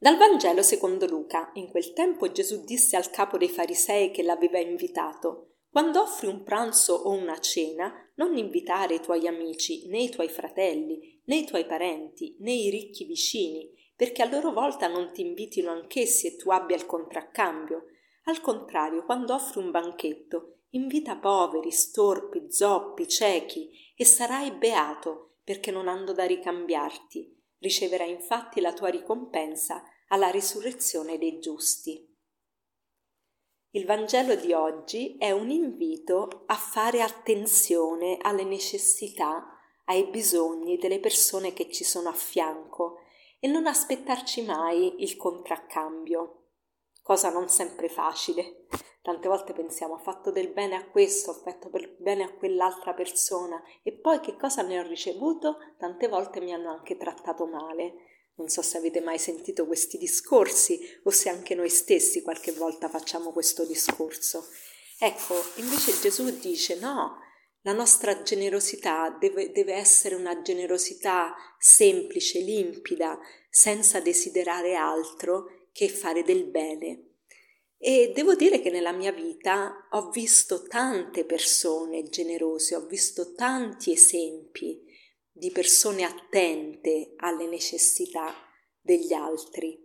Dal Vangelo secondo Luca. In quel tempo Gesù disse al capo dei farisei che l'aveva invitato: «Quando offri un pranzo o una cena, non invitare i tuoi amici, né i tuoi fratelli, né i tuoi parenti, né i ricchi vicini, perché a loro volta non ti invitino anch'essi e tu abbia il contraccambio. Al contrario, quando offri un banchetto, invita poveri, storpi, zoppi, ciechi, e sarai beato, perché non hanno da ricambiarti. Riceverai infatti la tua ricompensa alla risurrezione dei giusti». Il Vangelo di oggi è un invito a fare attenzione alle necessità, ai bisogni delle persone che ci sono a fianco e non aspettarci mai il contraccambio, cosa non sempre facile. Tante volte pensiamo: ho fatto del bene a questo, ho fatto del bene a quell'altra persona e poi che cosa ne ho ricevuto? Tante volte mi hanno anche trattato male. Non so se avete mai sentito questi discorsi o se anche noi stessi qualche volta facciamo questo discorso. Ecco, invece Gesù dice no, la nostra generosità deve essere una generosità semplice, limpida, senza desiderare altro che fare del bene. E devo dire che nella mia vita ho visto tante persone generose, ho visto tanti esempi di persone attente alle necessità degli altri.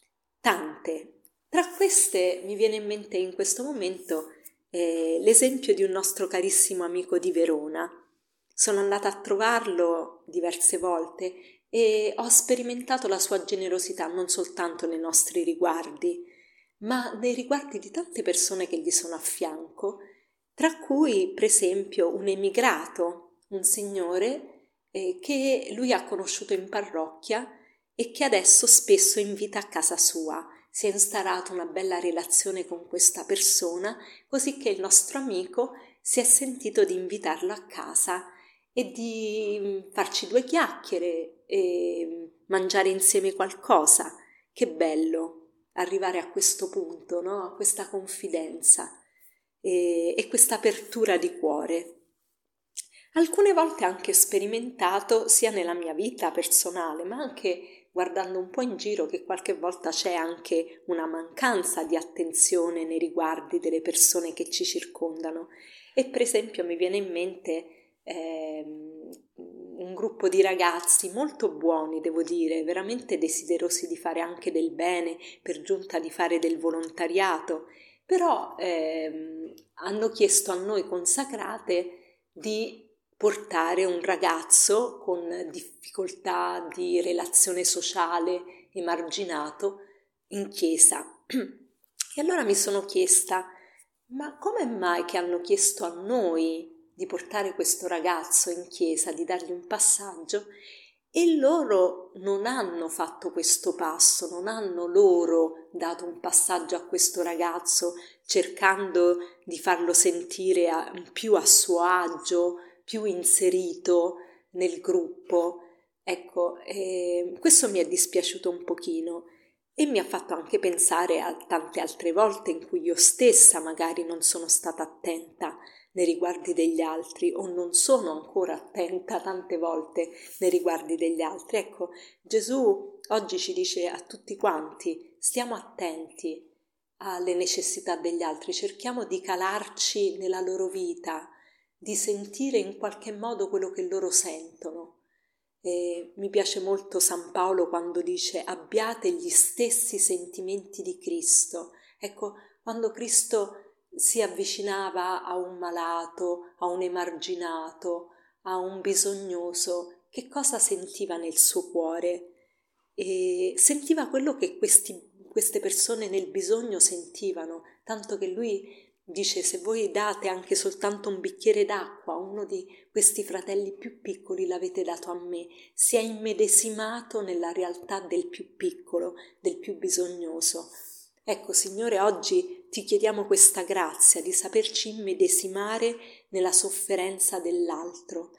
Tante. Tra queste mi viene in mente in questo momento l'esempio di un nostro carissimo amico di Verona. Sono andata a trovarlo diverse volte e ho sperimentato la sua generosità non soltanto nei nostri riguardi, ma nei riguardi di tante persone che gli sono a fianco, tra cui per esempio un emigrato, un signore che lui ha conosciuto in parrocchia e che adesso spesso invita a casa sua. Si è instaurata una bella relazione con questa persona, così che il nostro amico si è sentito di invitarlo a casa e di farci due chiacchiere e mangiare insieme qualcosa. Che bello arrivare a questo punto, no? A questa confidenza e questa apertura di cuore. Alcune volte anche ho sperimentato, sia nella mia vita personale, ma anche guardando un po' in giro, che qualche volta c'è anche una mancanza di attenzione nei riguardi delle persone che ci circondano. E per esempio mi viene in mente un gruppo di ragazzi molto buoni, devo dire, veramente desiderosi di fare anche del bene, per giunta di fare del volontariato, però hanno chiesto a noi consacrate di portare un ragazzo con difficoltà di relazione sociale, emarginato, in chiesa. E allora mi sono chiesta: ma come mai che hanno chiesto a noi di portare questo ragazzo in chiesa, di dargli un passaggio, e loro non hanno fatto questo passo, non hanno loro dato un passaggio a questo ragazzo cercando di farlo sentire più a suo agio, più inserito nel gruppo? Ecco, questo mi è dispiaciuto un pochino e mi ha fatto anche pensare a tante altre volte in cui io stessa magari non sono stata attenta nei riguardi degli altri o non sono ancora attenta tante volte nei riguardi degli altri. Ecco, Gesù oggi ci dice a tutti quanti: stiamo attenti alle necessità degli altri, cerchiamo di calarci nella loro vita, di sentire in qualche modo quello che loro sentono. E mi piace molto San Paolo quando dice: abbiate gli stessi sentimenti di Cristo. Ecco, quando Cristo si avvicinava a un malato, a un emarginato, a un bisognoso, che cosa sentiva nel suo cuore? E sentiva quello che queste persone nel bisogno sentivano, tanto che lui dice: se voi date anche soltanto un bicchiere d'acqua a uno di questi fratelli più piccoli, l'avete dato a me. Si è immedesimato nella realtà del più piccolo, del più bisognoso. Ecco, Signore, oggi ti chiediamo questa grazia di saperci immedesimare nella sofferenza dell'altro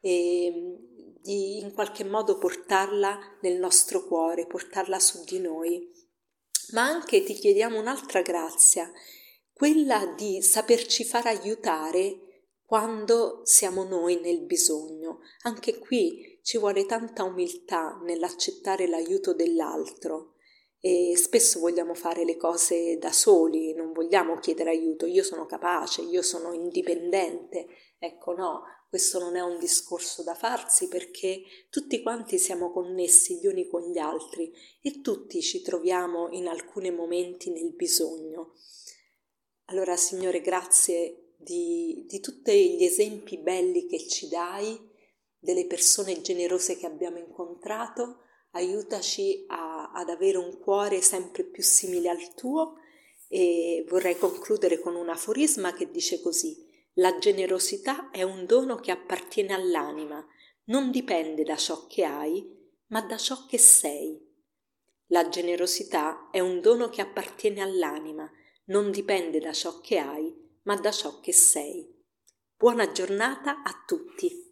e di in qualche modo portarla nel nostro cuore, portarla su di noi. Ma anche ti chiediamo un'altra grazia, quella di saperci far aiutare quando siamo noi nel bisogno. Anche qui ci vuole tanta umiltà nell'accettare l'aiuto dell'altro e spesso vogliamo fare le cose da soli, non vogliamo chiedere aiuto, io sono capace, io sono indipendente. Ecco, no, questo non è un discorso da farsi, perché tutti quanti siamo connessi gli uni con gli altri e tutti ci troviamo in alcuni momenti nel bisogno. Allora, Signore, grazie di tutti gli esempi belli che ci dai, delle persone generose che abbiamo incontrato. Aiutaci ad avere un cuore sempre più simile al tuo, e vorrei concludere con un aforisma che dice così: la generosità è un dono che appartiene all'anima, non dipende da ciò che hai, ma da ciò che sei. La generosità è un dono che appartiene all'anima, non dipende da ciò che hai, ma da ciò che sei. Buona giornata a tutti.